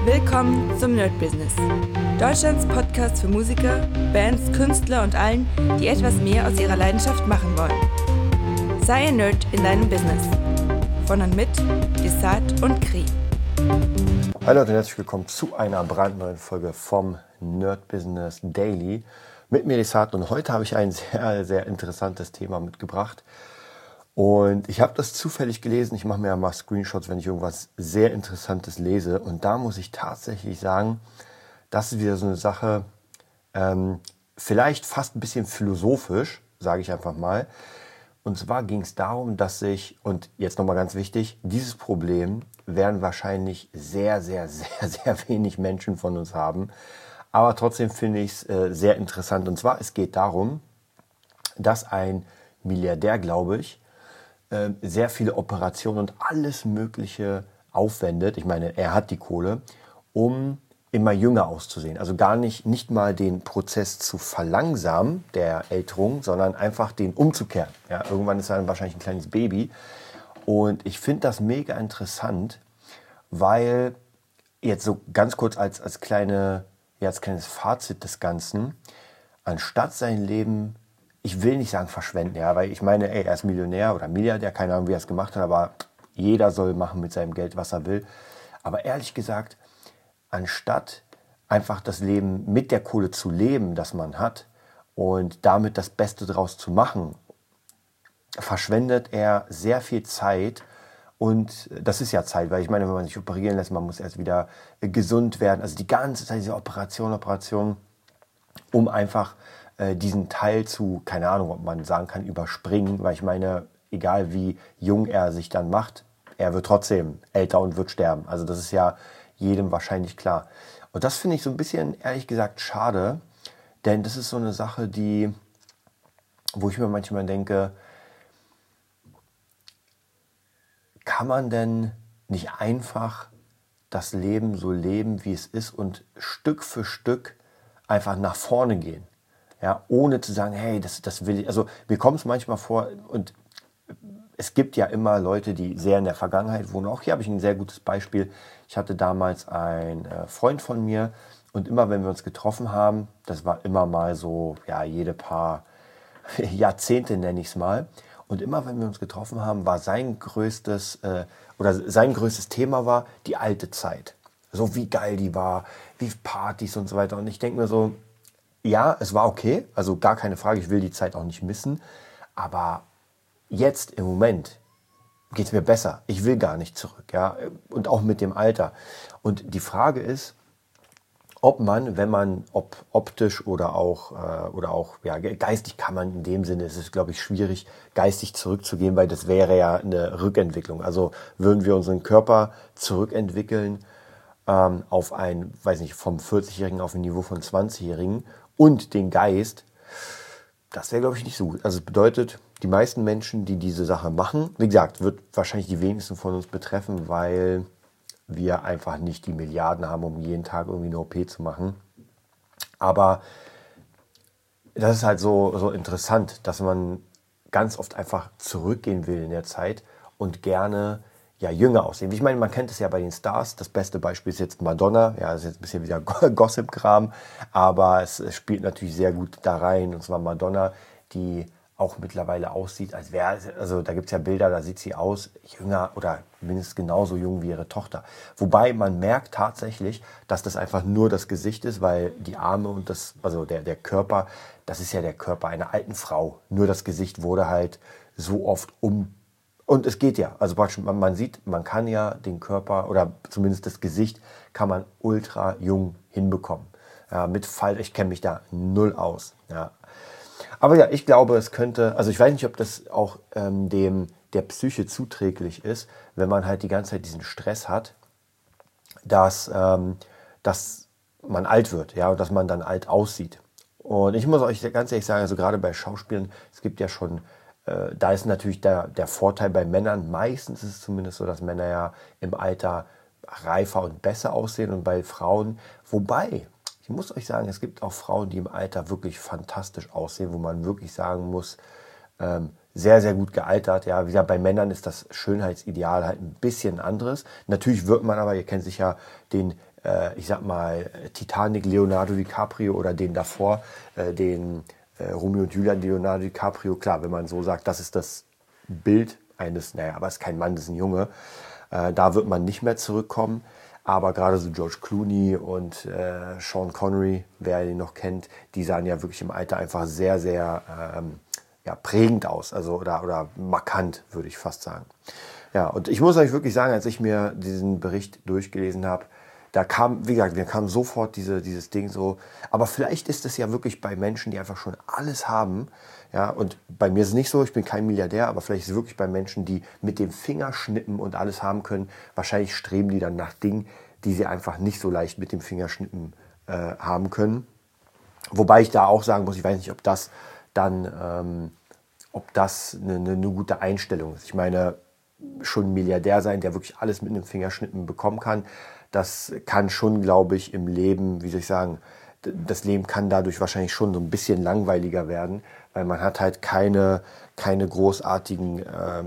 Willkommen zum Nerd Business. Deutschlands Podcast für Musiker, Bands, Künstler und allen, die etwas mehr aus ihrer Leidenschaft machen wollen. Sei ein Nerd in deinem Business. Von und mit Desart und Kri. Hallo Leute und herzlich willkommen zu einer brandneuen Folge vom Nerd Business Daily. Mit mir Desart, und heute habe ich ein sehr, sehr interessantes Thema mitgebracht. Und ich habe das zufällig gelesen. Ich mache mir ja mal Screenshots, wenn ich irgendwas sehr Interessantes lese. Und da muss ich tatsächlich sagen, das ist wieder so eine Sache, vielleicht fast ein bisschen philosophisch, sage ich einfach mal. Und zwar ging es darum, dass sich, und jetzt nochmal ganz wichtig, dieses Problem werden wahrscheinlich sehr, sehr, sehr, sehr wenig Menschen von uns haben. Aber trotzdem finde ich es sehr interessant. Und zwar, es geht darum, dass ein Milliardär, glaube ich, sehr viele Operationen und alles Mögliche aufwendet. Ich meine, er hat die Kohle, um immer jünger auszusehen. Also nicht mal den Prozess zu verlangsamen, der Älterung, sondern einfach den umzukehren. Ja, irgendwann ist er dann wahrscheinlich ein kleines Baby. Und ich finde das mega interessant, weil jetzt so ganz kurz als kleines Fazit des Ganzen, anstatt sein Leben, ich will nicht sagen verschwenden, ja, weil ich meine, er ist Millionär oder Milliardär, keine Ahnung, wie er es gemacht hat, aber jeder soll machen mit seinem Geld, was er will. Aber ehrlich gesagt, anstatt einfach das Leben mit der Kohle zu leben, das man hat, und damit das Beste draus zu machen, verschwendet er sehr viel Zeit. Und das ist ja Zeit, weil ich meine, wenn man sich operieren lässt, man muss erst wieder gesund werden. Also die ganze Zeit diese Operation, um einfach diesen Teil zu, keine Ahnung, ob man sagen kann, überspringen. Weil ich meine, egal wie jung er sich dann macht, er wird trotzdem älter und wird sterben. Also das ist ja jedem wahrscheinlich klar. Und das finde ich so ein bisschen, ehrlich gesagt, schade. Denn das ist so eine Sache, wo ich mir manchmal denke, kann man denn nicht einfach das Leben so leben, wie es ist, und Stück für Stück einfach nach vorne gehen? Ja, ohne zu sagen, hey, das will ich. Also mir kommt es manchmal vor, und es gibt ja immer Leute, die sehr in der Vergangenheit wohnen. Auch hier habe ich ein sehr gutes Beispiel. Ich hatte damals einen Freund von mir, und immer wenn wir uns getroffen haben, das war immer mal so, ja, jede paar Jahrzehnte nenne ich es mal. Und immer wenn wir uns getroffen haben, war sein größtes Thema war die alte Zeit. So wie geil die war, wie Partys und so weiter. Und ich denke mir so, ja, es war okay, also gar keine Frage, ich will die Zeit auch nicht missen. Aber jetzt im Moment geht es mir besser. Ich will gar nicht zurück, ja, und auch mit dem Alter. Und die Frage ist, ob man, wenn man optisch oder auch ja, geistig, kann man in dem Sinne, es ist, glaube ich, schwierig, geistig zurückzugehen, weil das wäre ja eine Rückentwicklung. Also würden wir unseren Körper zurückentwickeln auf ein, weiß nicht, vom 40-Jährigen auf ein Niveau von 20-Jährigen und den Geist, das wäre, glaube ich, nicht so gut. Also es bedeutet, die meisten Menschen, die diese Sache machen, wie gesagt, wird wahrscheinlich die wenigsten von uns betreffen, weil wir einfach nicht die Milliarden haben, um jeden Tag irgendwie eine OP zu machen. Aber das ist halt so interessant, dass man ganz oft einfach zurückgehen will in der Zeit und gerne ja jünger aussehen. Ich meine, man kennt es ja bei den Stars. Das beste Beispiel ist jetzt Madonna. Ja, das ist jetzt ein bisschen wieder Gossip-Kram, aber es spielt natürlich sehr gut da rein. Und zwar Madonna, die auch mittlerweile aussieht, als wäre, also da gibt es ja Bilder, da sieht sie aus jünger oder mindestens genauso jung wie ihre Tochter. Wobei man merkt tatsächlich, dass das einfach nur das Gesicht ist, weil die Arme und der Körper, das ist ja der Körper einer alten Frau. Nur das Gesicht wurde halt so oft und es geht ja, also praktisch, man sieht, man kann ja den Körper oder zumindest das Gesicht kann man ultra jung hinbekommen. Ja, mit Fall, ich kenne mich da null aus. Ja. Aber ja, ich glaube, es könnte, also ich weiß nicht, ob das auch der Psyche zuträglich ist, wenn man halt die ganze Zeit diesen Stress hat, dass man alt wird, ja, und dass man dann alt aussieht. Und ich muss euch ganz ehrlich sagen, also gerade bei Schauspielern, es gibt ja schon, da ist natürlich der Vorteil bei Männern, meistens ist es zumindest so, dass Männer ja im Alter reifer und besser aussehen, und bei Frauen, wobei, ich muss euch sagen, es gibt auch Frauen, die im Alter wirklich fantastisch aussehen, wo man wirklich sagen muss, sehr, sehr gut gealtert. Ja, wie gesagt, bei Männern ist das Schönheitsideal halt ein bisschen anderes. Natürlich wird man aber, ihr kennt sicher den ich sag mal, Titanic, Leonardo DiCaprio oder den davor, den Romeo und Julia, Leonardo DiCaprio. Klar, wenn man so sagt, das ist das Bild eines, aber es ist kein Mann, das ist ein Junge. Da wird man nicht mehr zurückkommen. Aber gerade so George Clooney und Sean Connery, wer ihn noch kennt, die sahen ja wirklich im Alter einfach sehr, sehr prägend aus. Also oder markant, würde ich fast sagen. Ja, und ich muss euch wirklich sagen, als ich mir diesen Bericht durchgelesen habe, da kam, wie gesagt, mir kam sofort dieses Ding so, aber vielleicht ist es ja wirklich bei Menschen, die einfach schon alles haben, ja, und bei mir ist es nicht so, ich bin kein Milliardär, aber vielleicht ist es wirklich bei Menschen, die mit dem Finger schnippen und alles haben können, wahrscheinlich streben die dann nach Dingen, die sie einfach nicht so leicht mit dem Fingerschnippen haben können. Wobei ich da auch sagen muss, ich weiß nicht, ob das dann, eine gute Einstellung ist. Ich meine, schon ein Milliardär sein, der wirklich alles mit einem Fingerschnippen bekommen kann, das kann schon, glaube ich, im Leben, wie soll ich sagen, das Leben kann dadurch wahrscheinlich schon so ein bisschen langweiliger werden, weil man hat halt keine großartigen,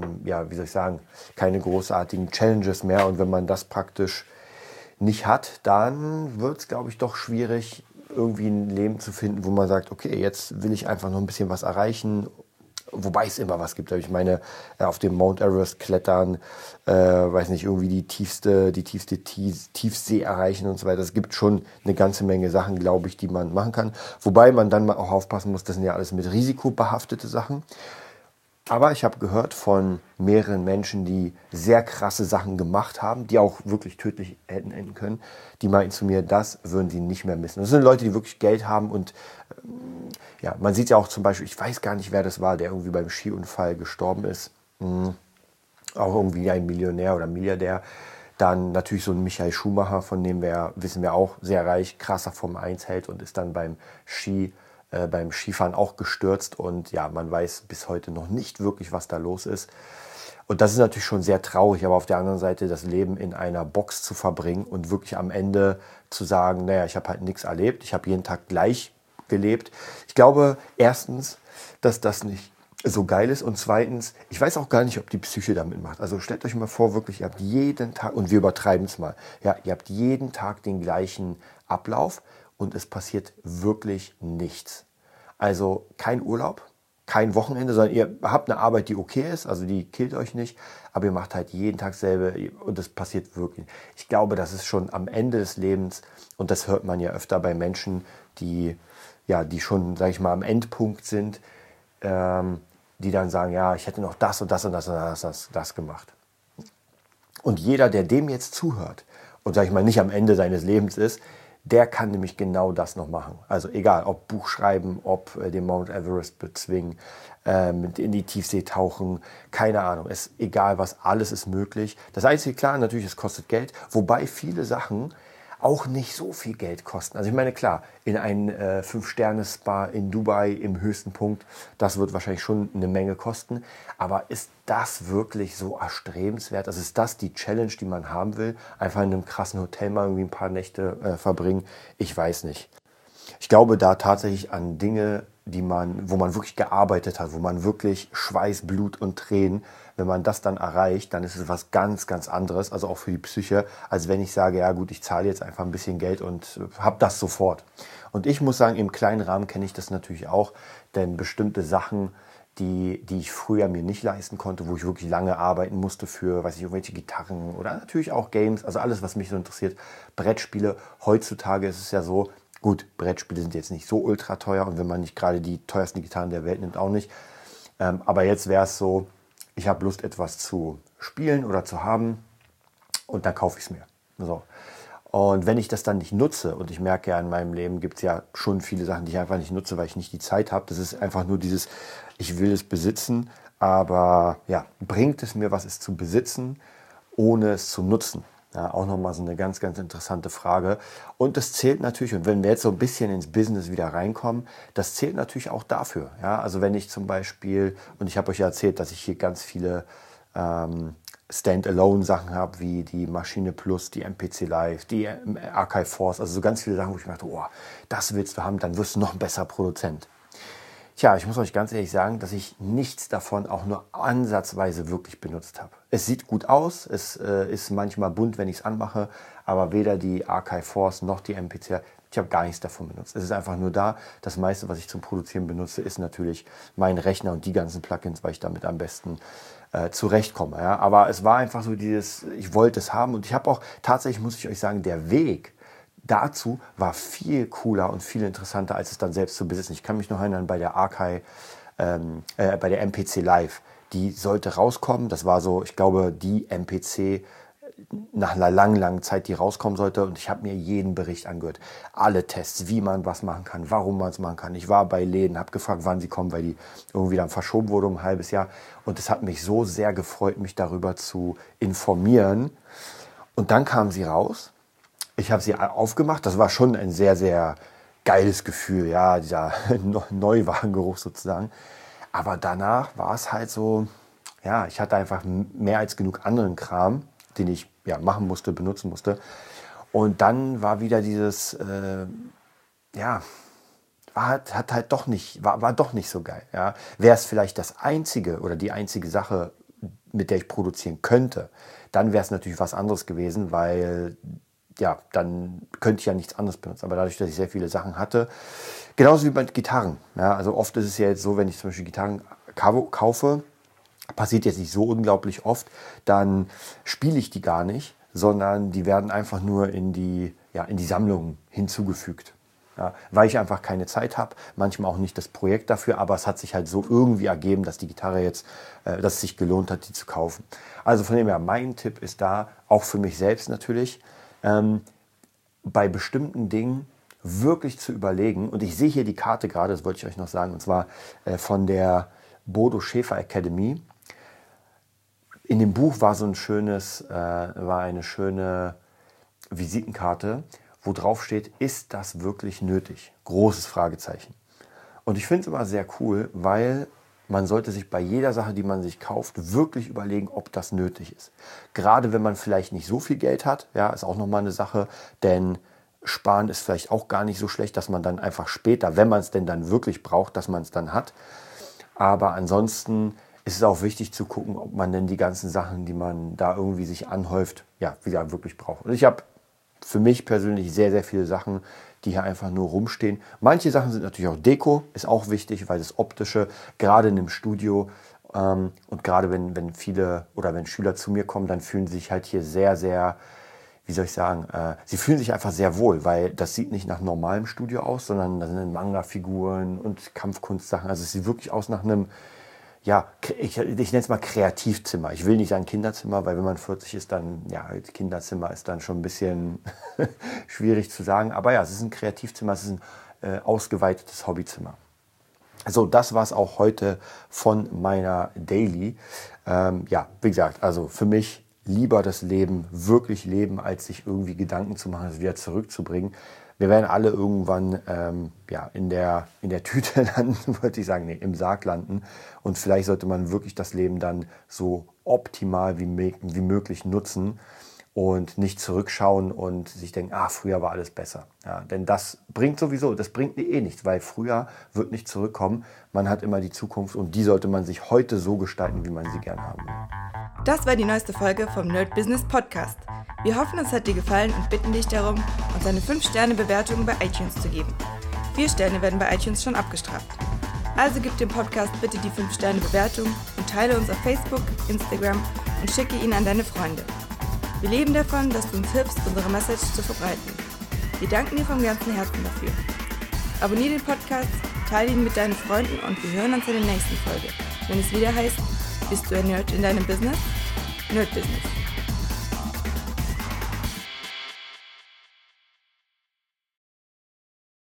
keine großartigen Challenges mehr. Und wenn man das praktisch nicht hat, dann wird es, glaube ich, doch schwierig, irgendwie ein Leben zu finden, wo man sagt, okay, jetzt will ich einfach noch ein bisschen was erreichen. Wobei es immer was gibt. Ich meine, auf dem Mount Everest klettern, weiß nicht, irgendwie die tiefste Tiefsee erreichen und so weiter. Es gibt schon eine ganze Menge Sachen, glaube ich, die man machen kann. Wobei man dann mal auch aufpassen muss, das sind ja alles mit Risiko behaftete Sachen. Aber ich habe gehört von mehreren Menschen, die sehr krasse Sachen gemacht haben, die auch wirklich tödlich hätten enden können. Die meinten zu mir, das würden sie nicht mehr missen. Das sind Leute, die wirklich Geld haben und man sieht ja auch zum Beispiel, ich weiß gar nicht, wer das war, der irgendwie beim Skiunfall gestorben ist. Auch irgendwie ein Millionär oder Milliardär. Dann natürlich so ein Michael Schumacher, von dem wissen wir auch, sehr reich, krasser Formel 1 hält und ist dann beim Skifahren auch gestürzt. Und ja, man weiß bis heute noch nicht wirklich, was da los ist. Und das ist natürlich schon sehr traurig, aber auf der anderen Seite das Leben in einer Box zu verbringen und wirklich am Ende zu sagen, ich habe halt nichts erlebt, ich habe jeden Tag gleich gelebt. Ich glaube, erstens, dass das nicht so geil ist und zweitens, ich weiß auch gar nicht, ob die Psyche damit macht. Also stellt euch mal vor, wirklich, ihr habt jeden Tag, und wir übertreiben es mal, ihr habt jeden Tag den gleichen Ablauf und es passiert wirklich nichts. Also kein Urlaub, kein Wochenende, sondern ihr habt eine Arbeit, die okay ist, also die killt euch nicht, aber ihr macht halt jeden Tag selber und es passiert wirklich. Ich glaube, das ist schon am Ende des Lebens und das hört man ja öfter bei Menschen, die schon, sage ich mal, am Endpunkt sind, die dann sagen, ich hätte noch das und das und das und das gemacht. Und jeder, der dem jetzt zuhört und, sage ich mal, nicht am Ende seines Lebens ist, der kann nämlich genau das noch machen. Also egal, ob Buch schreiben, ob den Mount Everest bezwingen, in die Tiefsee tauchen, keine Ahnung, egal was, alles ist möglich. Das Einzige, klar, natürlich, es kostet Geld, wobei viele Sachen auch nicht so viel Geld kosten. Also ich meine, klar, in ein 5-Sterne-Spa in Dubai im höchsten Punkt, das wird wahrscheinlich schon eine Menge kosten. Aber ist das wirklich so erstrebenswert? Also ist das die Challenge, die man haben will? Einfach in einem krassen Hotel mal irgendwie ein paar Nächte verbringen? Ich weiß nicht. Ich glaube da tatsächlich an Dinge, wo man wirklich gearbeitet hat, wo man wirklich Schweiß, Blut und Tränen, wenn man das dann erreicht, dann ist es was ganz, ganz anderes, also auch für die Psyche, als wenn ich sage, ja gut, ich zahle jetzt einfach ein bisschen Geld und habe das sofort. Und ich muss sagen, im kleinen Rahmen kenne ich das natürlich auch, denn bestimmte Sachen, die ich früher mir nicht leisten konnte, wo ich wirklich lange arbeiten musste für, irgendwelche Gitarren oder natürlich auch Games, also alles, was mich so interessiert, Brettspiele. Heutzutage ist es ja so, gut, Brettspiele sind jetzt nicht so ultra teuer und wenn man nicht gerade die teuersten Gitarren der Welt nimmt, auch nicht. Aber jetzt wäre es so, ich habe Lust, etwas zu spielen oder zu haben und dann kaufe ich es mir. So. Und wenn ich das dann nicht nutze, und ich merke ja, in meinem Leben gibt es ja schon viele Sachen, die ich einfach nicht nutze, weil ich nicht die Zeit habe. Das ist einfach nur ich will es besitzen, aber bringt es mir was, es zu besitzen, ohne es zu nutzen? Ja, auch nochmal so eine ganz, ganz interessante Frage. Und das zählt natürlich, und wenn wir jetzt so ein bisschen ins Business wieder reinkommen, das zählt natürlich auch dafür. Ja? Also wenn ich zum Beispiel, und ich habe euch ja erzählt, dass ich hier ganz viele Standalone-Sachen habe, wie die Maschine Plus, die MPC Live, die Archive Force, also so ganz viele Sachen, wo ich mir dachte, das willst du haben, dann wirst du noch ein besserer Produzent. Tja, ich muss euch ganz ehrlich sagen, dass ich nichts davon auch nur ansatzweise wirklich benutzt habe. Es sieht gut aus, es ist manchmal bunt, wenn ich es anmache, aber weder die Archive Force noch die MPC, ich habe gar nichts davon benutzt. Es ist einfach nur da. Das meiste, was ich zum Produzieren benutze, ist natürlich mein Rechner und die ganzen Plugins, weil ich damit am besten zurechtkomme. Ja? Aber es war einfach so ich wollte es haben und ich habe auch, tatsächlich muss ich euch sagen, der Weg dazu war viel cooler und viel interessanter, als es dann selbst zu besitzen. Ich kann mich noch erinnern, bei der Archive, bei der MPC Live, die sollte rauskommen. Das war so, ich glaube, die MPC nach einer langen Zeit, die rauskommen sollte. Und ich habe mir jeden Bericht angehört. Alle Tests, wie man was machen kann, warum man es machen kann. Ich war bei Läden, habe gefragt, wann sie kommen, weil die irgendwie dann verschoben wurde um ein halbes Jahr. Und es hat mich so sehr gefreut, mich darüber zu informieren. Und dann kam sie raus. Ich habe sie aufgemacht. Das war schon ein sehr, sehr geiles Gefühl, ja, dieser Neuwagengeruch sozusagen. Aber danach war es halt so, ja, ich hatte einfach mehr als genug anderen Kram, den ich machen musste, benutzen musste. Und dann war wieder dieses, war doch nicht so geil. Ja. Wäre es vielleicht das einzige oder die einzige Sache, mit der ich produzieren könnte, dann wäre es natürlich was anderes gewesen, weil dann könnte ich ja nichts anderes benutzen. Aber dadurch, dass ich sehr viele Sachen hatte, genauso wie bei Gitarren. Ja, also oft ist es ja jetzt so, wenn ich zum Beispiel Gitarren kaufe, passiert jetzt nicht so unglaublich oft, dann spiele ich die gar nicht, sondern die werden einfach nur in die Sammlung hinzugefügt. Ja, weil ich einfach keine Zeit habe, manchmal auch nicht das Projekt dafür, aber es hat sich halt so irgendwie ergeben, dass die Gitarre jetzt, dass es sich gelohnt hat, die zu kaufen. Also von dem her, mein Tipp ist da, auch für mich selbst natürlich, bei bestimmten Dingen wirklich zu überlegen, und ich sehe hier die Karte gerade, das wollte ich euch noch sagen, und zwar von der Bodo Schäfer Academy. In dem Buch war war eine schöne Visitenkarte, wo drauf steht, ist das wirklich nötig? Großes Fragezeichen. Und ich finde es immer sehr cool, weil man sollte sich bei jeder Sache, die man sich kauft, wirklich überlegen, ob das nötig ist. Gerade wenn man vielleicht nicht so viel Geld hat, ja, ist auch nochmal eine Sache, denn sparen ist vielleicht auch gar nicht so schlecht, dass man dann einfach später, wenn man es denn dann wirklich braucht, dass man es dann hat. Aber ansonsten ist es auch wichtig zu gucken, ob man denn die ganzen Sachen, die man da irgendwie sich anhäuft, wieder wirklich braucht. Und ich habe für mich persönlich sehr, sehr viele Sachen, die hier einfach nur rumstehen. Manche Sachen sind natürlich auch Deko, ist auch wichtig, weil das Optische, gerade in einem Studio und gerade wenn viele oder wenn Schüler zu mir kommen, dann fühlen sie sich halt hier sehr, sehr, wie soll ich sagen, sie fühlen sich einfach sehr wohl, weil das sieht nicht nach normalem Studio aus, sondern da sind Manga-Figuren und Kampfkunstsachen. Also es sieht wirklich aus nach einem, ich nenne es mal Kreativzimmer. Ich will nicht sagen Kinderzimmer, weil wenn man 40 ist, dann, Kinderzimmer ist dann schon ein bisschen schwierig zu sagen. Aber es ist ein Kreativzimmer, es ist ein ausgeweitetes Hobbyzimmer. So, das war es auch heute von meiner Daily. Wie gesagt, also für mich lieber das Leben, wirklich leben, als sich irgendwie Gedanken zu machen, es wieder zurückzubringen. Wir werden alle irgendwann in der Tüte landen, würde ich sagen, im Sarg landen. Und vielleicht sollte man wirklich das Leben dann so optimal wie möglich nutzen und nicht zurückschauen und sich denken, früher war alles besser. Ja, denn das bringt nichts, weil früher wird nicht zurückkommen. Man hat immer die Zukunft und die sollte man sich heute so gestalten, wie man sie gern haben will. Das war die neueste Folge vom Nerd Business Podcast. Wir hoffen, es hat dir gefallen und bitten dich darum, uns eine 5-Sterne-Bewertung bei iTunes zu geben. 4 Sterne werden bei iTunes schon abgestraft. Also gib dem Podcast bitte die 5-Sterne-Bewertung und teile uns auf Facebook, Instagram und schicke ihn an deine Freunde. Wir leben davon, dass du uns hilfst, unsere Message zu verbreiten. Wir danken dir vom ganzen Herzen dafür. Abonniere den Podcast, teile ihn mit deinen Freunden und wir hören uns in der nächsten Folge, wenn es wieder heißt, bist du ein Nerd in deinem Business? Nerd Business.